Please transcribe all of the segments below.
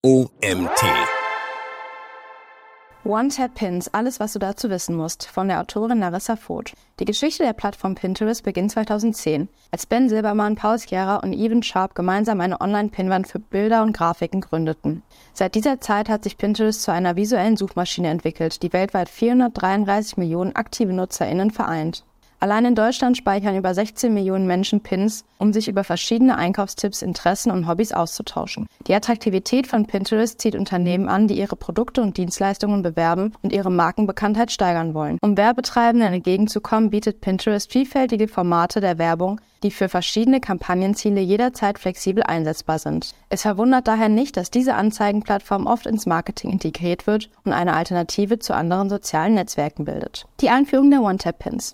OMT. One-Tap-Pins, alles was du dazu wissen musst, von der Autorin Larissa Voth. Die Geschichte der Plattform Pinterest beginnt 2010, als Ben Silbermann, Paul Sciarra und Evan Sharp gemeinsam eine Online-Pinwand für Bilder und Grafiken gründeten. Seit dieser Zeit hat sich Pinterest zu einer visuellen Suchmaschine entwickelt, die weltweit 433 Millionen aktive NutzerInnen vereint. Allein in Deutschland speichern über 16 Millionen Menschen Pins, um sich über verschiedene Einkaufstipps, Interessen und Hobbys auszutauschen. Die Attraktivität von Pinterest zieht Unternehmen an, die ihre Produkte und Dienstleistungen bewerben und ihre Markenbekanntheit steigern wollen. Um Werbetreibenden entgegenzukommen, bietet Pinterest vielfältige Formate der Werbung, die für verschiedene Kampagnenziele jederzeit flexibel einsetzbar sind. Es verwundert daher nicht, dass diese Anzeigenplattform oft ins Marketing integriert wird und eine Alternative zu anderen sozialen Netzwerken bildet. Die Einführung der One-Tap-Pins.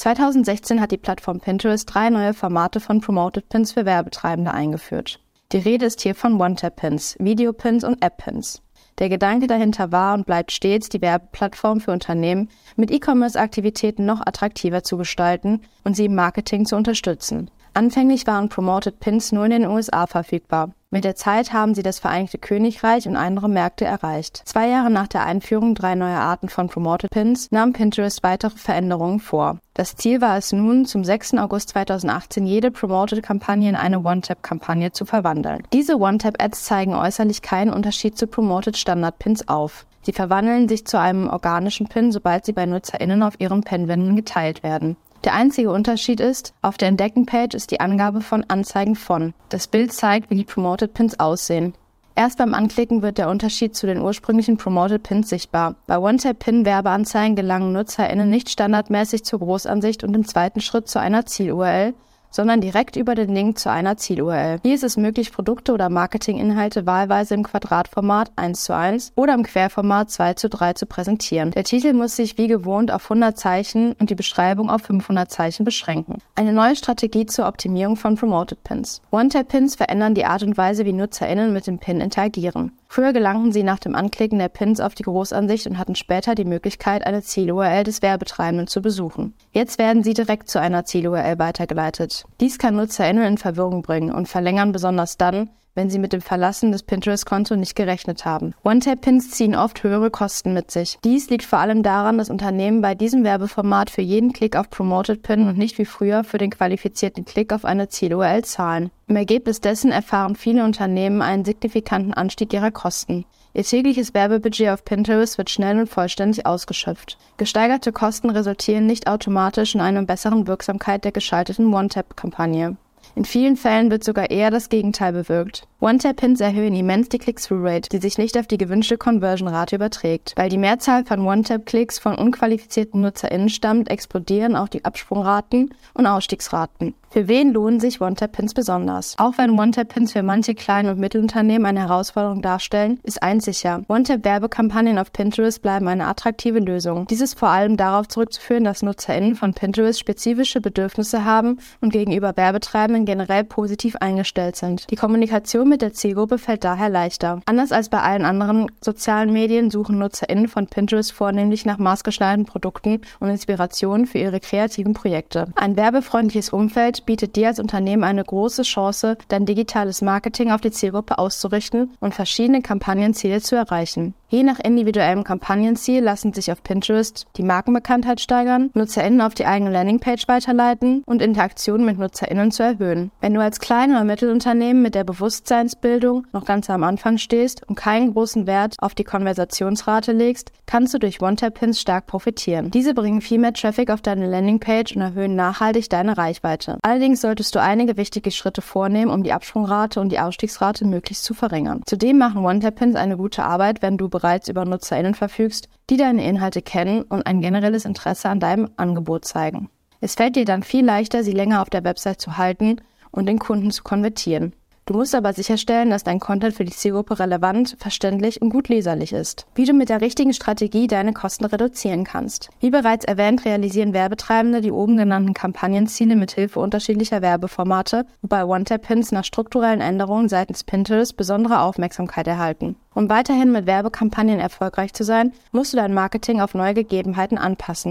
2016 hat die Plattform Pinterest 3 neue Formate von Promoted Pins für Werbetreibende eingeführt. Die Rede ist hier von One-Tap-Pins, Video-Pins und App-Pins. Der Gedanke dahinter war und bleibt stets, die Werbeplattform für Unternehmen mit E-Commerce-Aktivitäten noch attraktiver zu gestalten und sie im Marketing zu unterstützen. Anfänglich waren Promoted Pins nur in den USA verfügbar. Mit der Zeit haben sie das Vereinigte Königreich und andere Märkte erreicht. 2 Jahre nach der Einführung 3 neuer Arten von Promoted Pins nahm Pinterest weitere Veränderungen vor. Das Ziel war es nun, zum 6. August 2018 jede Promoted-Kampagne in eine One-Tap-Kampagne zu verwandeln. Diese One-Tap-Ads zeigen äußerlich keinen Unterschied zu Promoted-Standard-Pins auf. Sie verwandeln sich zu einem organischen Pin, sobald sie bei NutzerInnen auf ihren Pinwänden geteilt werden. Der einzige Unterschied ist, auf der Entdecken-Page ist die Angabe von Anzeigen von. Das Bild zeigt, wie die Promoted Pins aussehen. Erst beim Anklicken wird der Unterschied zu den ursprünglichen Promoted Pins sichtbar. Bei One-Tap-Pin-Werbeanzeigen gelangen NutzerInnen nicht standardmäßig zur Großansicht und im zweiten Schritt zu einer Ziel-URL, sondern direkt über den Link zu einer Ziel-URL. Hier ist es möglich, Produkte oder Marketinginhalte wahlweise im Quadratformat 1:1 oder im Querformat 2:3 zu präsentieren. Der Titel muss sich wie gewohnt auf 100 Zeichen und die Beschreibung auf 500 Zeichen beschränken. Eine neue Strategie zur Optimierung von Promoted Pins. One-Tap-Pins verändern die Art und Weise, wie NutzerInnen mit dem Pin interagieren. Früher gelangten sie nach dem Anklicken der Pins auf die Großansicht und hatten später die Möglichkeit, eine Ziel-URL des Werbetreibenden zu besuchen. Jetzt werden sie direkt zu einer Ziel-URL weitergeleitet. Dies kann NutzerInnen in Verwirrung bringen und verlängern besonders dann, wenn sie mit dem Verlassen des Pinterest-Kontos nicht gerechnet haben. One-Tap-Pins ziehen oft höhere Kosten mit sich. Dies liegt vor allem daran, dass Unternehmen bei diesem Werbeformat für jeden Klick auf Promoted Pin und nicht wie früher für den qualifizierten Klick auf eine Ziel-URL zahlen. Im Ergebnis dessen erfahren viele Unternehmen einen signifikanten Anstieg ihrer Kosten. Ihr tägliches Werbebudget auf Pinterest wird schnell und vollständig ausgeschöpft. Gesteigerte Kosten resultieren nicht automatisch in einer besseren Wirksamkeit der geschalteten One-Tap-Kampagne. In vielen Fällen wird sogar eher das Gegenteil bewirkt. One-Tap-Pins erhöhen immens die Click-Through-Rate, die sich nicht auf die gewünschte Conversion-Rate überträgt. Weil die Mehrzahl von One-Tap-Klicks von unqualifizierten NutzerInnen stammt, explodieren auch die Absprungraten und Ausstiegsraten. Für wen lohnen sich One-Tap-Pins besonders? Auch wenn One-Tap-Pins für manche Klein- und Mittelunternehmen eine Herausforderung darstellen, ist eins sicher: One-Tap-Werbekampagnen auf Pinterest bleiben eine attraktive Lösung. Dies ist vor allem darauf zurückzuführen, dass NutzerInnen von Pinterest spezifische Bedürfnisse haben und gegenüber Werbetreibenden generell positiv eingestellt sind. Die Kommunikation mit der Zielgruppe fällt daher leichter. Anders als bei allen anderen sozialen Medien suchen NutzerInnen von Pinterest vornehmlich nach maßgeschneiderten Produkten und Inspirationen für ihre kreativen Projekte. Ein werbefreundliches Umfeld bietet dir als Unternehmen eine große Chance, dein digitales Marketing auf die Zielgruppe auszurichten und verschiedene Kampagnenziele zu erreichen. Je nach individuellem Kampagnenziel lassen sich auf Pinterest die Markenbekanntheit steigern, NutzerInnen auf die eigene Landingpage weiterleiten und Interaktionen mit NutzerInnen zu erhöhen. Wenn du als Klein- oder Mittelunternehmen mit der Bewusstseinsbildung noch ganz am Anfang stehst und keinen großen Wert auf die Konversationsrate legst, kannst du durch One-Tap-Pins stark profitieren. Diese bringen viel mehr Traffic auf deine Landingpage und erhöhen nachhaltig deine Reichweite. Allerdings solltest du einige wichtige Schritte vornehmen, um die Absprungrate und die Ausstiegsrate möglichst zu verringern. Zudem machen One-Tap-Pins eine gute Arbeit, wenn du bereits über NutzerInnen verfügst, die deine Inhalte kennen und ein generelles Interesse an deinem Angebot zeigen. Es fällt dir dann viel leichter, sie länger auf der Website zu halten und den Kunden zu konvertieren. Du musst aber sicherstellen, dass dein Content für die Zielgruppe relevant, verständlich und gut leserlich ist. Wie du mit der richtigen Strategie deine Kosten reduzieren kannst. Wie bereits erwähnt, realisieren Werbetreibende die oben genannten Kampagnenziele mit Hilfe unterschiedlicher Werbeformate, wobei One-Tap-Pins nach strukturellen Änderungen seitens Pinterest besondere Aufmerksamkeit erhalten. Um weiterhin mit Werbekampagnen erfolgreich zu sein, musst du dein Marketing auf neue Gegebenheiten anpassen.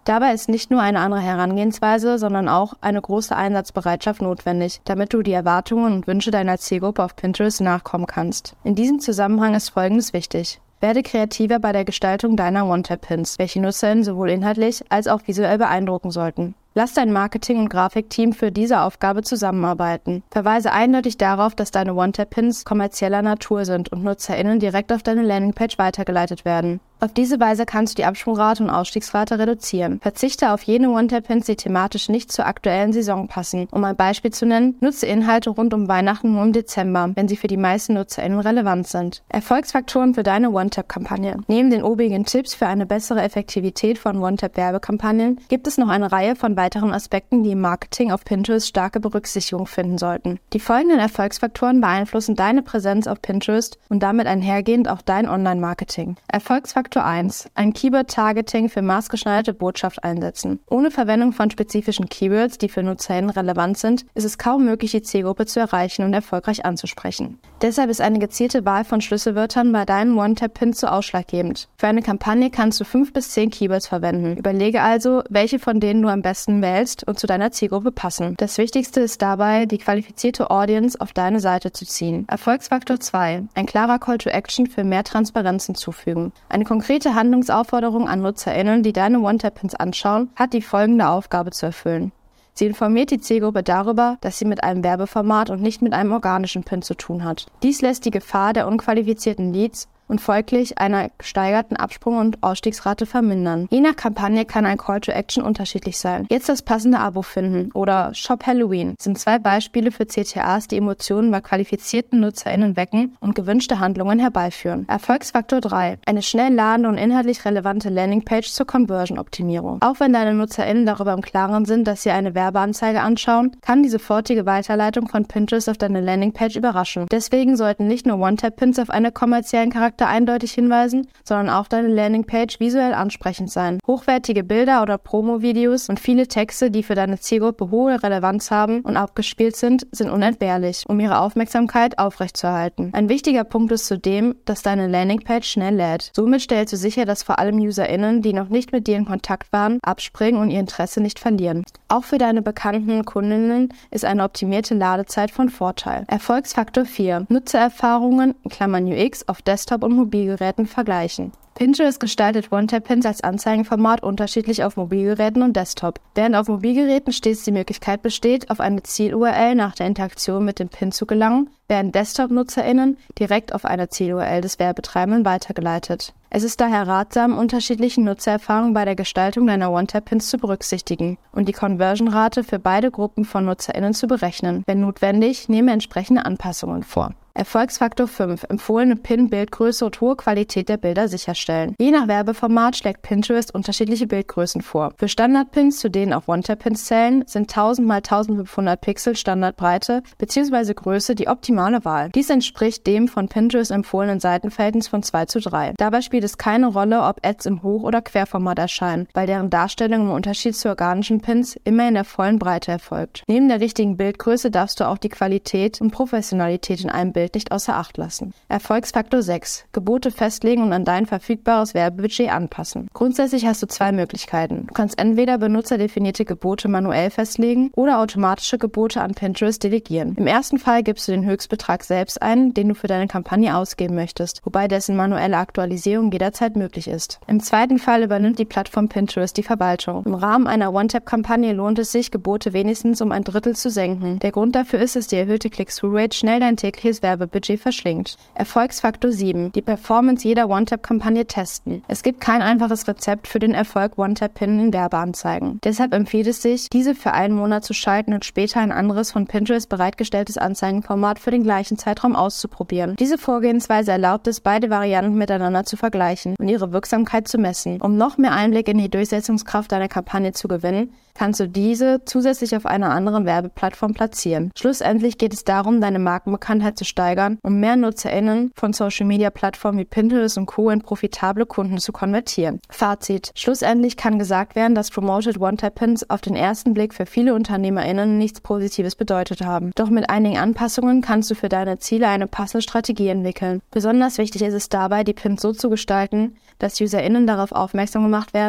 Dabei ist nicht nur eine andere Herangehensweise, sondern auch eine große Einsatzbereitschaft notwendig, damit du die Erwartungen und Wünsche deiner Zielgruppe auf Pinterest nachkommen kannst. In diesem Zusammenhang ist Folgendes wichtig. Werde kreativer bei der Gestaltung deiner One-Tap-Pins, welche NutzerInnen sowohl inhaltlich als auch visuell beeindrucken sollten. Lass dein Marketing- und Grafikteam für diese Aufgabe zusammenarbeiten. Verweise eindeutig darauf, dass deine One-Tap-Pins kommerzieller Natur sind und NutzerInnen direkt auf deine Landingpage weitergeleitet werden. Auf diese Weise kannst du die Absprungrate und Ausstiegsrate reduzieren. Verzichte auf jene One-Tap-Pins, die thematisch nicht zur aktuellen Saison passen. Um ein Beispiel zu nennen, nutze Inhalte rund um Weihnachten nur im Dezember, wenn sie für die meisten NutzerInnen relevant sind. Erfolgsfaktoren für deine One-Tap-Kampagne. Neben den obigen Tipps für eine bessere Effektivität von One-Tap-Werbekampagnen gibt es noch eine Reihe von weiteren Aspekten, die im Marketing auf Pinterest starke Berücksichtigung finden sollten. Die folgenden Erfolgsfaktoren beeinflussen deine Präsenz auf Pinterest und damit einhergehend auch dein Online-Marketing. Erfolgsfaktor 1. Ein Keyword-Targeting für maßgeschneiderte Botschaft einsetzen. Ohne Verwendung von spezifischen Keywords, die für NutzerInnen relevant sind, ist es kaum möglich, die Zielgruppe zu erreichen und erfolgreich anzusprechen. Deshalb ist eine gezielte Wahl von Schlüsselwörtern bei deinen One-Tap-Pins so ausschlaggebend. Für eine Kampagne kannst du 5 bis 10 Keywords verwenden. Überlege also, welche von denen du am besten wählst und zu deiner Zielgruppe passen. Das Wichtigste ist dabei, die qualifizierte Audience auf deine Seite zu ziehen. Erfolgsfaktor 2. Ein klarer Call to Action für mehr Transparenz hinzufügen. Eine konkrete Handlungsaufforderung an NutzerInnen, die deine One-Tap-Pins anschauen, hat die folgende Aufgabe zu erfüllen. Sie informiert die Zielgruppe darüber, dass sie mit einem Werbeformat und nicht mit einem organischen Pin zu tun hat. Dies lässt die Gefahr der unqualifizierten Leads und folglich einer gesteigerten Absprung- und Ausstiegsrate vermindern. Je nach Kampagne kann ein Call to Action unterschiedlich sein. Jetzt das passende Abo finden oder Shop Halloween sind 2 Beispiele für CTAs, die Emotionen bei qualifizierten NutzerInnen wecken und gewünschte Handlungen herbeiführen. Erfolgsfaktor 3. Eine schnell ladende und inhaltlich relevante Landingpage zur Conversion-Optimierung. Auch wenn deine NutzerInnen darüber im Klaren sind, dass sie eine Werbeanzeige anschauen, kann die sofortige Weiterleitung von Pinterest auf deine Landingpage überraschen. Deswegen sollten nicht nur One-Tap-Pins auf einen kommerziellen Charakter eindeutig hinweisen, sondern auch deine Landingpage visuell ansprechend sein. Hochwertige Bilder oder Promo-Videos und viele Texte, die für deine Zielgruppe hohe Relevanz haben und abgespielt sind unentbehrlich, um ihre Aufmerksamkeit aufrechtzuerhalten. Ein wichtiger Punkt ist zudem, dass deine Landingpage schnell lädt. Somit stellst du sicher, dass vor allem UserInnen, die noch nicht mit dir in Kontakt waren, abspringen und ihr Interesse nicht verlieren. Auch für deine bekannten Kundinnen ist eine optimierte Ladezeit von Vorteil. Erfolgsfaktor 4. Nutzererfahrungen (UX) auf Desktop und Mobilgeräten vergleichen. Pinterest gestaltet One-Tap-Pins als Anzeigenformat unterschiedlich auf Mobilgeräten und Desktop. Während auf Mobilgeräten stets die Möglichkeit besteht, auf eine Ziel-URL nach der Interaktion mit dem Pin zu gelangen, werden Desktop-NutzerInnen direkt auf eine Ziel-URL des Werbetreibenden weitergeleitet. Es ist daher ratsam, unterschiedliche Nutzererfahrungen bei der Gestaltung deiner One-Tap-Pins zu berücksichtigen und die Conversion-Rate für beide Gruppen von NutzerInnen zu berechnen. Wenn notwendig, nehme entsprechende Anpassungen vor. Erfolgsfaktor 5. Empfohlene Pin-Bildgröße und hohe Qualität der Bilder sicherstellen. Je nach Werbeformat schlägt Pinterest unterschiedliche Bildgrößen vor. Für Standardpins, zu denen auch One-Tap-Pins zählen, sind 1000 x 1500 Pixel Standardbreite bzw. Größe die optimale Wahl. Dies entspricht dem von Pinterest empfohlenen Seitenverhältnis von 2:3. Dabei spielt es keine Rolle, ob Ads im Hoch- oder Querformat erscheinen, weil deren Darstellung im Unterschied zu organischen Pins immer in der vollen Breite erfolgt. Neben der richtigen Bildgröße darfst du auch die Qualität und Professionalität in einem Bild nicht außer Acht lassen. Erfolgsfaktor 6. Gebote festlegen und an dein verfügbares Werbebudget anpassen. Grundsätzlich hast du 2 Möglichkeiten. Du kannst entweder benutzerdefinierte Gebote manuell festlegen oder automatische Gebote an Pinterest delegieren. Im ersten Fall gibst du den Höchstbetrag selbst ein, den du für deine Kampagne ausgeben möchtest, wobei dessen manuelle Aktualisierung jederzeit möglich ist. Im zweiten Fall übernimmt die Plattform Pinterest die Verwaltung. Im Rahmen einer One-Tap-Kampagne lohnt es sich, Gebote wenigstens um 1/3 zu senken. Der Grund dafür ist, dass die erhöhte Click-Through-Rate schnell dein tägliches Werbebudget verschlingt. Erfolgsfaktor 7. Die Performance jeder One-Tap-Kampagne testen. Es gibt kein einfaches Rezept für den Erfolg One-Tap-Pin in Werbeanzeigen. Deshalb empfiehlt es sich, diese für einen Monat zu schalten und später ein anderes von Pinterest bereitgestelltes Anzeigenformat für den gleichen Zeitraum auszuprobieren. Diese Vorgehensweise erlaubt es, beide Varianten miteinander zu vergleichen und ihre Wirksamkeit zu messen. Um noch mehr Einblick in die Durchsetzungskraft deiner Kampagne zu gewinnen, kannst du diese zusätzlich auf einer anderen Werbeplattform platzieren. Schlussendlich geht es darum, deine Markenbekanntheit zu steigern, um mehr NutzerInnen von Social-Media-Plattformen wie Pinterest und Co. in profitable Kunden zu konvertieren. Fazit. Schlussendlich kann gesagt werden, dass Promoted One-Tap-Pins auf den ersten Blick für viele UnternehmerInnen nichts Positives bedeutet haben. Doch mit einigen Anpassungen kannst du für deine Ziele eine passende Strategie entwickeln. Besonders wichtig ist es dabei, die Pins so zu gestalten, dass UserInnen darauf aufmerksam gemacht werden,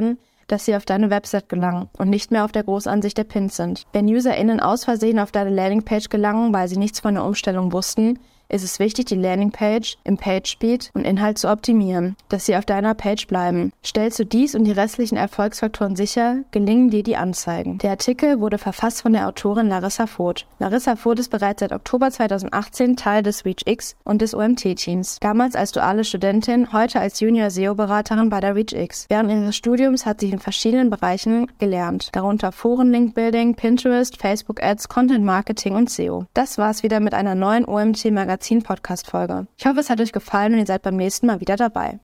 dass sie auf deine Website gelangen und nicht mehr auf der Großansicht der Pins sind. Wenn UserInnen aus Versehen auf deine Landingpage gelangen, weil sie nichts von der Umstellung wussten, ist es wichtig, die Landingpage im PageSpeed und Inhalt zu optimieren, dass sie auf deiner Page bleiben. Stellst du dies und die restlichen Erfolgsfaktoren sicher, gelingen dir die Anzeigen. Der Artikel wurde verfasst von der Autorin Larissa Voth. Larissa Voth ist bereits seit Oktober 2018 Teil des ReachX und des OMT-Teams. Damals als duale Studentin, heute als Junior SEO-Beraterin bei der ReachX. Während ihres Studiums hat sie in verschiedenen Bereichen gelernt, darunter Foren-Link-Building, Pinterest, Facebook-Ads, Content-Marketing und SEO. Das war's wieder mit einer neuen OMT-Podcast-Folge. Ich hoffe, es hat euch gefallen und ihr seid beim nächsten Mal wieder dabei.